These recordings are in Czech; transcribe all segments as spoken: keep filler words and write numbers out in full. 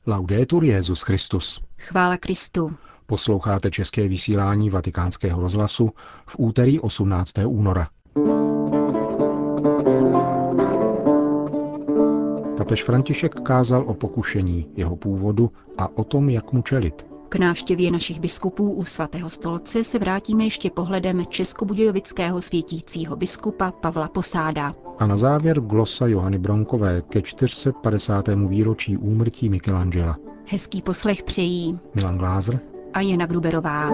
Laudetur Jesus Christus. Chvála Kristu. Posloucháte české vysílání Vatikánského rozhlasu v úterý osmnáctého února. Papež František kázal o pokušení, jeho původu a o tom, jak mu čelit. K návštěvě našich biskupů u svatého stolce se vrátíme ještě pohledem českobudějovického světícího biskupa Pavla Posáda. A na závěr glosa Johany Bronkové ke čtyři sta padesátému výročí úmrtí Michelangela. Hezký poslech přejí Milan Glázer a Jana Gruberová.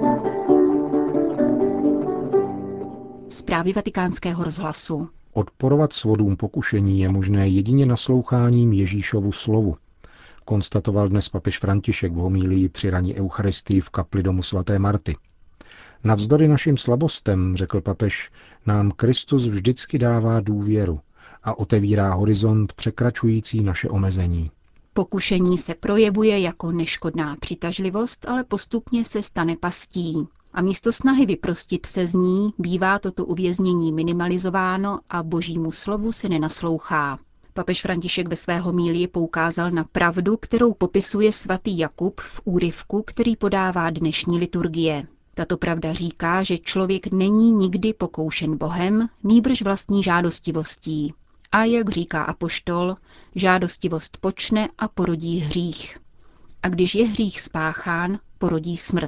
Zprávy Vatikánského rozhlasu. Odporovat svodům pokušení je možné jedině nasloucháním Ježíšovu slovu, konstatoval dnes papež František v homílii při raní eucharistii v kapli domu svaté Marty. Navzdory našim slabostem, řekl papež, nám Kristus vždycky dává důvěru a otevírá horizont překračující naše omezení. Pokušení se projevuje jako neškodná přitažlivost, ale postupně se stane pastí. A místo snahy vyprostit se z ní, bývá toto uvěznění minimalizováno a božímu slovu se nenaslouchá. Papež František ve své homílii poukázal na pravdu, kterou popisuje svatý Jakub v úryvku, který podává dnešní liturgie. Tato pravda říká, že člověk není nikdy pokoušen Bohem, nýbrž vlastní žádostivostí. A jak říká apoštol, žádostivost počne a porodí hřích. A když je hřích spáchán, porodí smrt.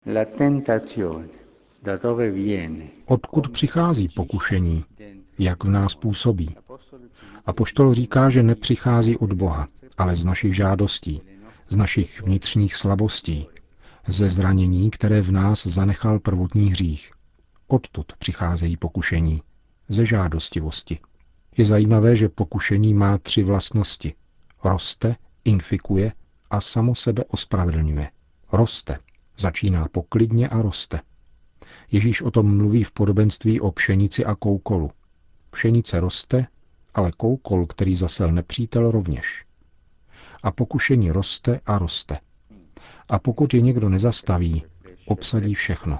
Odkud přichází pokušení? Jak v nás působí? Apoštol říká, že nepřichází od Boha, ale z našich žádostí, z našich vnitřních slabostí, ze zranění, které v nás zanechal prvotní hřích. Odtud přicházejí pokušení, ze žádostivosti. Je zajímavé, že pokušení má tři vlastnosti. Roste, infikuje a samo sebe ospravedlňuje. Roste. Začíná poklidně a roste. Ježíš o tom mluví v podobenství o pšenici a koukolu. Pšenice roste, ale koukol, který zasel nepřítel, rovněž. A pokušení roste a roste. A pokud je někdo nezastaví, obsadí všechno.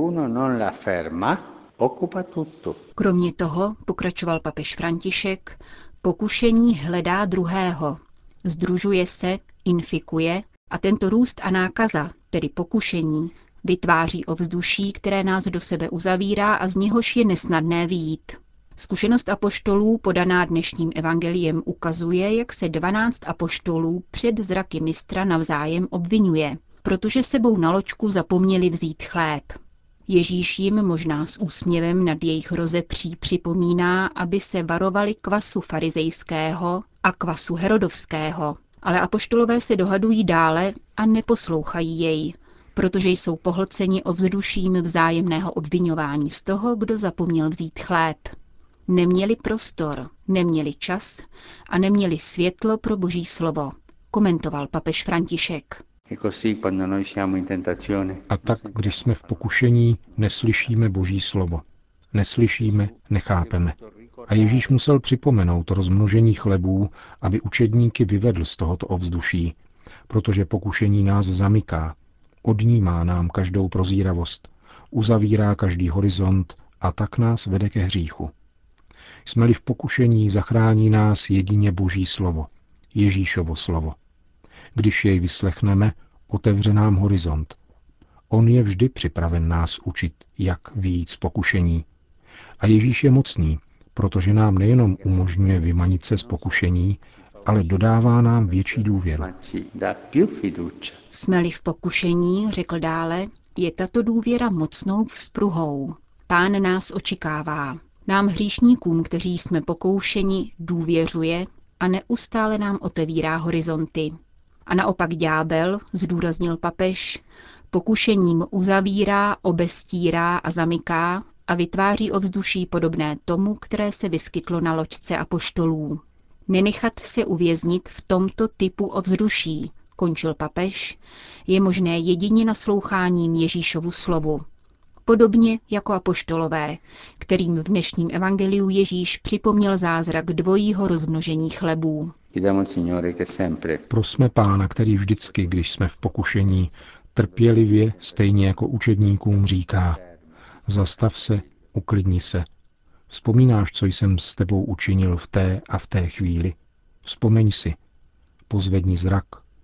Kromě toho, pokračoval papež František, pokušení hledá druhého. Združuje se, infikuje a tento růst a nákaza, tedy pokušení, vytváří ovzduší, které nás do sebe uzavírá a z něhož je nesnadné vyjít. Zkušenost apoštolů podaná dnešním evangeliem ukazuje, jak se dvanáct apoštolů před zraky mistra navzájem obvinuje, protože sebou na loďku zapomněli vzít chléb. Ježíš jim možná s úsměvem nad jejich rozepří připomíná, aby se varovali kvasu farizejského a kvasu herodovského, ale apoštolové se dohadují dále a neposlouchají jej, protože jsou pohlceni ovzduším vzájemného obviňování z toho, kdo zapomněl vzít chléb. Neměli prostor, neměli čas a neměli světlo pro boží slovo, komentoval papež František. A tak, když jsme v pokušení, neslyšíme boží slovo. Neslyšíme, nechápeme. A Ježíš musel připomenout rozmnožení chlebů, aby učedníky vyvedl z tohoto ovzduší, protože pokušení nás zamyká, odnímá nám každou prozíravost, uzavírá každý horizont a tak nás vede ke hříchu. Jsme-li v pokušení, zachrání nás jedině boží slovo, Ježíšovo slovo. Když jej vyslechneme, otevře nám horizont. On je vždy připraven nás učit, jak vyjít z pokušení. A Ježíš je mocný, protože nám nejenom umožňuje vymanit se z pokušení, ale dodává nám větší důvěru. Jsme-li v pokušení, řekl dále, je tato důvěra mocnou vzpruhou. Pán nás očekává. Nám hříšníkům, kteří jsme pokoušeni, důvěřuje a neustále nám otevírá horizonty. A naopak ďábel, zdůraznil papež, pokušením uzavírá, obestírá a zamyká a vytváří ovzduší podobné tomu, které se vyskytlo na loďce apoštolů. Nenechat se uvěznit v tomto typu ovzduší, končil papež, je možné jedině nasloucháním Ježíšovu slovu. Podobně jako apoštolové, kterým v dnešním evangeliu Ježíš připomněl zázrak dvojího rozmnožení chlebů. Prosme Pána, který vždycky, když jsme v pokušení, trpělivě, stejně jako učedníkům říká: zastav se, uklidni se. Vzpomínáš, co jsem s tebou učinil v té a v té chvíli? Vzpomeň si. Pozvedni zrak,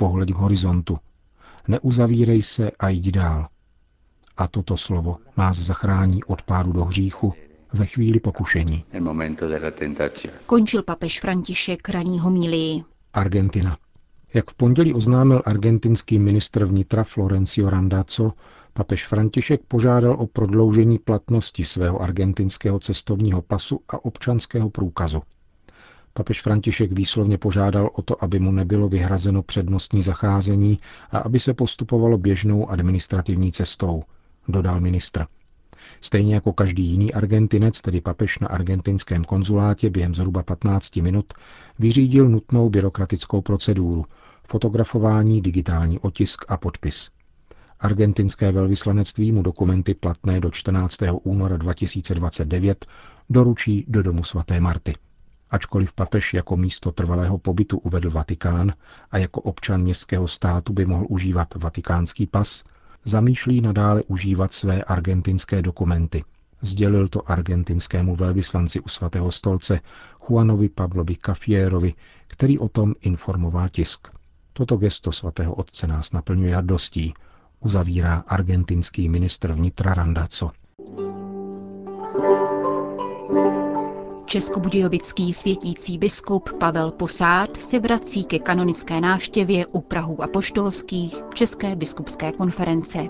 Pohled k horizontu. Neuzavírej se a jdi dál. A toto slovo nás zachrání od pádu do hříchu ve chvíli pokušení. Končil papež František ranní homílii. Argentina. Jak v pondělí oznámil argentinský ministr vnitra Florencio Randazzo, papež František požádal o prodloužení platnosti svého argentinského cestovního pasu a občanského průkazu. Papež František výslovně požádal o to, aby mu nebylo vyhrazeno přednostní zacházení a aby se postupovalo běžnou administrativní cestou, dodal ministr. Stejně jako každý jiný Argentinec, tedy papež na argentinském konzulátě během zhruba patnácti minut vyřídil nutnou byrokratickou proceduru, fotografování, digitální otisk a podpis. Argentinské velvyslanectví mu dokumenty platné do čtrnáctého února dva tisíce dvacet devět doručí do domu svaté Marty. Ačkoliv papež jako místo trvalého pobytu uvedl Vatikán a jako občan městského státu by mohl užívat vatikánský pas, zamýšlí nadále užívat své argentinské dokumenty. Sdělil to argentinskému velvyslanci u svatého stolce Juanovi Pablovi Cafierovi, který o tom informoval tisk. Toto gesto svatého otce nás naplňuje hrdostí, uzavírá argentinský ministr vnitra Randazzo. Českobudějovický světící biskup Pavel Posád se vrací ke kanonické návštěvě u prahů apoštolských České biskupské konference.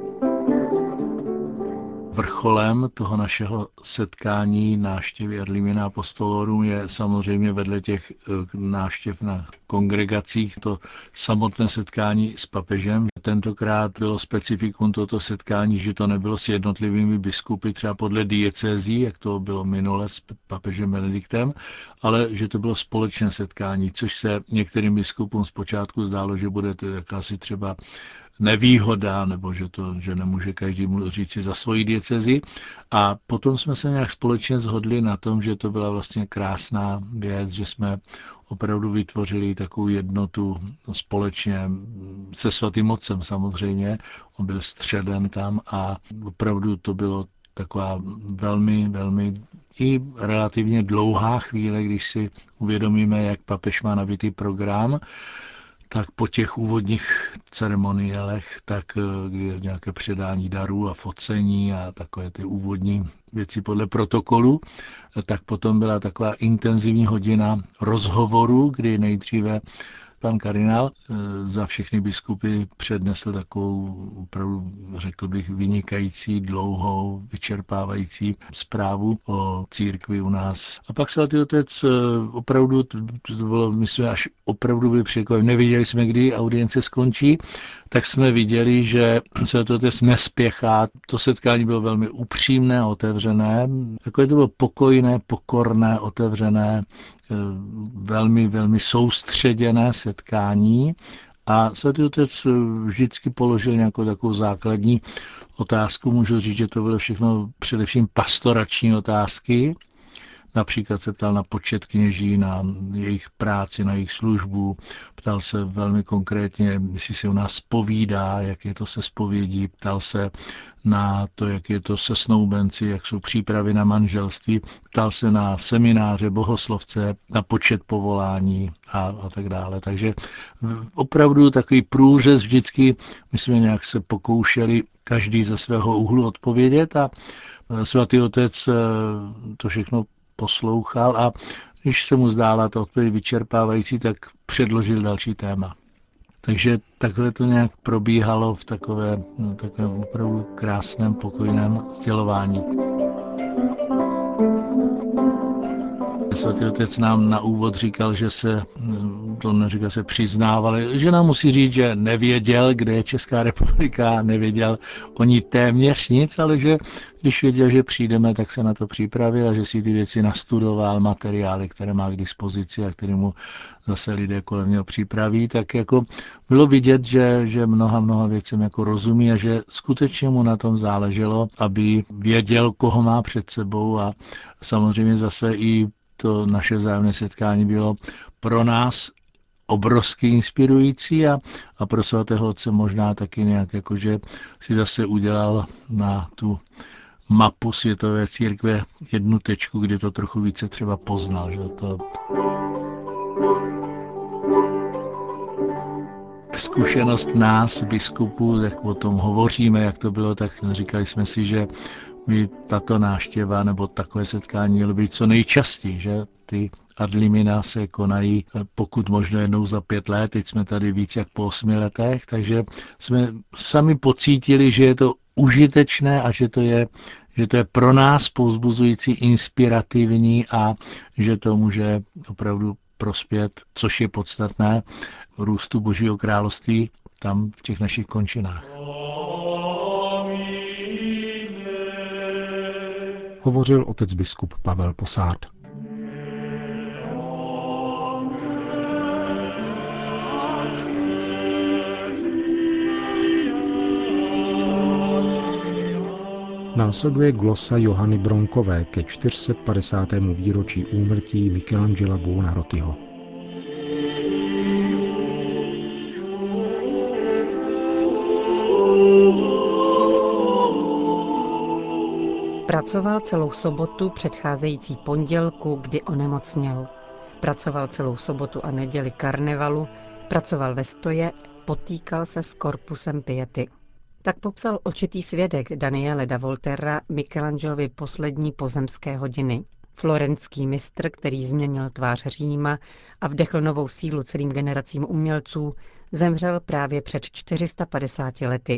Vrcholem toho našeho setkání návštěvy Ad limina apostolorum je samozřejmě vedle těch návštěv na kongregacích to samotné setkání s papežem. Tentokrát bylo specifikum tohoto setkání, že to nebylo s jednotlivými biskupy třeba podle diecézí, jak to bylo minule s papežem Benediktem, ale že to bylo společné setkání, což se některým biskupům zpočátku zdálo, že bude to jakási třeba nevýhoda, nebo že, to, že nemůže každý říct si za svoji diecezi. A potom jsme se nějak společně shodli na tom, že to byla vlastně krásná věc, že jsme opravdu vytvořili takovou jednotu společně se svatým otcem samozřejmě. On byl středem tam a opravdu to bylo taková velmi, velmi i relativně dlouhá chvíle, když si uvědomíme, jak papež má nabitý program, tak po těch úvodních ceremoniálech, tak kdy je nějaké předání darů a focení a takové ty úvodní věci podle protokolu, tak potom byla taková intenzivní hodina rozhovoru, kdy nejdříve pan kardinál za všechny biskupy přednesl takovou, opravdu řekl bych, vynikající, dlouhou, vyčerpávající zprávu o církvi u nás. A pak svatý otec opravdu, to bylo, my jsme až opravdu byli překvapeni, nevěděli jsme, kdy audience skončí, tak jsme viděli, že svatý otec nespěchá. To setkání bylo velmi upřímné a otevřené. Takové to bylo pokojné, pokorné, otevřené, velmi, velmi soustředěné setkání a svatý otec vždycky položil nějakou takovou základní otázku. Můžu říct, že to bylo všechno především pastorační otázky. Například se ptal na počet kněží, na jejich práci, na jejich službu. Ptal se velmi konkrétně, jestli se u nás zpovídá, jak je to se zpovědí. Ptal se na to, jak je to se snoubenci, jak jsou přípravy na manželství. Ptal se na semináře, bohoslovce, na počet povolání a, a tak dále. Takže opravdu takový průřez vždycky, my jsme nějak se pokoušeli každý ze svého úhlu odpovědět a svatý otec to všechno poslouchal a když se mu zdála ta odpověď vyčerpávající, tak předložil další téma. Takže takhle to nějak probíhalo v takové, no, takovém opravdu krásném, pokojném sdělování. Svatý otec nám na úvod říkal, že se, to neříkal, se přiznával, že nám musí říct, že nevěděl, kde je Česká republika, nevěděl o ní téměř nic, ale že když věděl, že přijdeme, tak se na to připravil a že si ty věci nastudoval, materiály, které má k dispozici a které mu zase lidé kolem něho připraví, tak jako bylo vidět, že, že mnoha, mnoha věcem jako rozumí a že skutečně mu na tom záleželo, aby věděl, koho má před sebou a samozřejmě zase i to naše vzájemné setkání bylo pro nás obrovsky inspirující a, a pro svatého otce možná taky nějak jakože si zase udělal na tu mapu světové církve jednu tečku, kdy to trochu více třeba poznal. Že to... zkušenost nás, biskupů, jak o tom hovoříme, jak to bylo, tak říkali jsme si, že by tato návštěva nebo takové setkání mělo být co nejčastěji, že ty ad limina se konají pokud možno jednou za pět let, teď jsme tady víc jak po osmi letech, takže jsme sami pocítili, že je to užitečné a že to je, že to je pro nás povzbuzující, inspirativní a že to může opravdu prospět, což je podstatné, růstu Božího království tam v těch našich končinách. Hovořil otec biskup Pavel Posát. Následuje glosa Johany Bronkové ke čtyři sta padesátému výročí úmrtí Michelangela Buonarrotiho. Pracoval celou sobotu předcházející pondělku, kdy onemocněl. Pracoval celou sobotu a neděli karnevalu, pracoval ve stoje, potýkal se s Corpusem Piety. Tak popsal očitý svědek Daniele da Volterra Michelangelovi poslední pozemské hodiny. Florenský mistr, který změnil tvář Říma a vdechl novou sílu celým generacím umělců, zemřel právě před čtyři sta padesáti lety.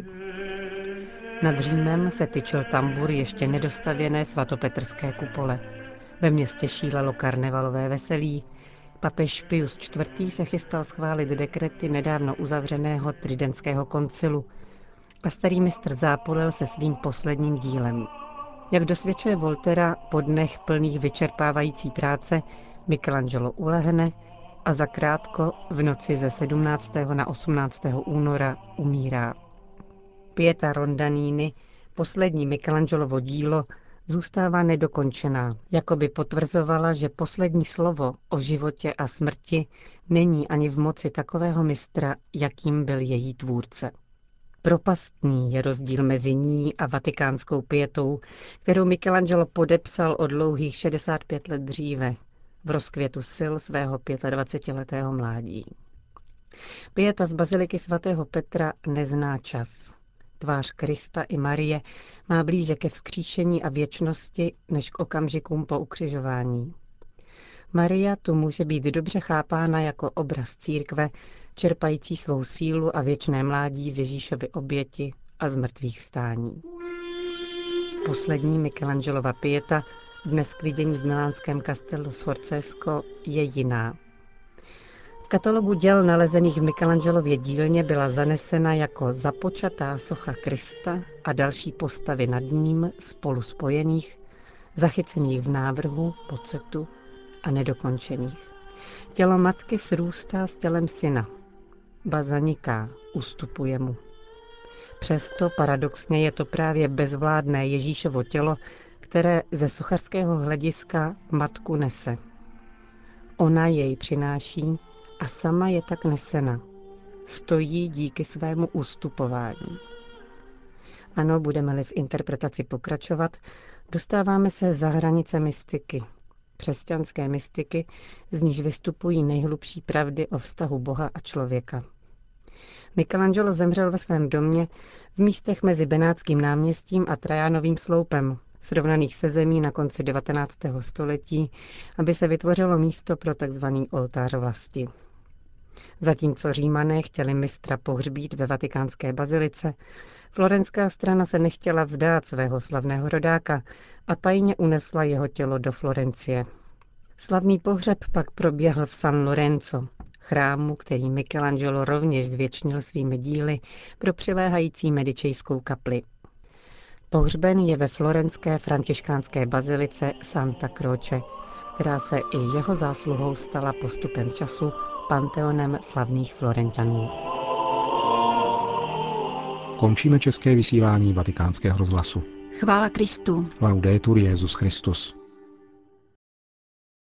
Nad Římem se tyčil tambur ještě nedostavěné svatopetrské kupole. Ve městě šílelo karnevalové veselí. Papež Pius čtvrtý. se chystal schválit dekrety nedávno uzavřeného Tridentského koncilu a starý mistr zápolil se svým posledním dílem. Jak dosvědčuje Volterra, po dnech plných vyčerpávající práce Michelangelo ulehne a zakrátko v noci ze sedmnáctého na osmnáctého února umírá. Pieta Rondanini, poslední Michelangelovo dílo, zůstává nedokončená, jako by potvrzovala, že poslední slovo o životě a smrti není ani v moci takového mistra, jakým byl její tvůrce. Propastný je rozdíl mezi ní a vatikánskou pietou, kterou Michelangelo podepsal o dlouhých šedesát pět let dříve, v rozkvětu sil svého dvacetiletého mládí. Pieta z baziliky svatého Petra nezná čas. Tvář Krista i Marie má blíže ke vzkříšení a věčnosti než k okamžikům po ukřižování. Maria tu může být dobře chápána jako obraz církve, čerpající svou sílu a věčné mládí z Ježíšovy oběti a zmrtvých vstání. Poslední Michelangelova Pieta, dnes k vidění v milánském Castello Sforzesco, je jiná. V katalogu děl nalezených v Michelangelově dílně byla zanesena jako započatá socha Krista a další postavy nad ním spolu spojených, zachycených v návrhu, pocitu a nedokončených. Tělo matky srůstá s tělem syna. Ba zaniká, ustupuje mu. Přesto paradoxně je to právě bezvládné Ježíšovo tělo, které ze sochařského hlediska matku nese. Ona jej přináší a sama je tak nesena. Stojí díky svému ustupování. Ano, budeme-li v interpretaci pokračovat, dostáváme se za hranice mystiky. Křesťanské mystiky, z níž vystupují nejhlubší pravdy o vztahu Boha a člověka. Michelangelo zemřel ve svém domě v místech mezi Benátským náměstím a Trajánovým sloupem, srovnaných se zemí na konci devatenáctého století, aby se vytvořilo místo pro tzv. Oltář vlasti. Zatímco Římané chtěli mistra pohřbít ve vatikánské bazilice, florenská strana se nechtěla vzdát svého slavného rodáka a tajně unesla jeho tělo do Florencie. Slavný pohřeb pak proběhl v San Lorenzo, chrámu, který Michelangelo rovněž zvěčnil svými díly pro přiléhající medičejskou kapli. Pohřben je ve florenské františkánské bazilice Santa Croce, která se i jeho zásluhou stala postupem času panteonem slavných Florenťanů. Končíme české vysílání Vatikánského rozhlasu. Chvála Kristu. Laudetur Jesus Christus.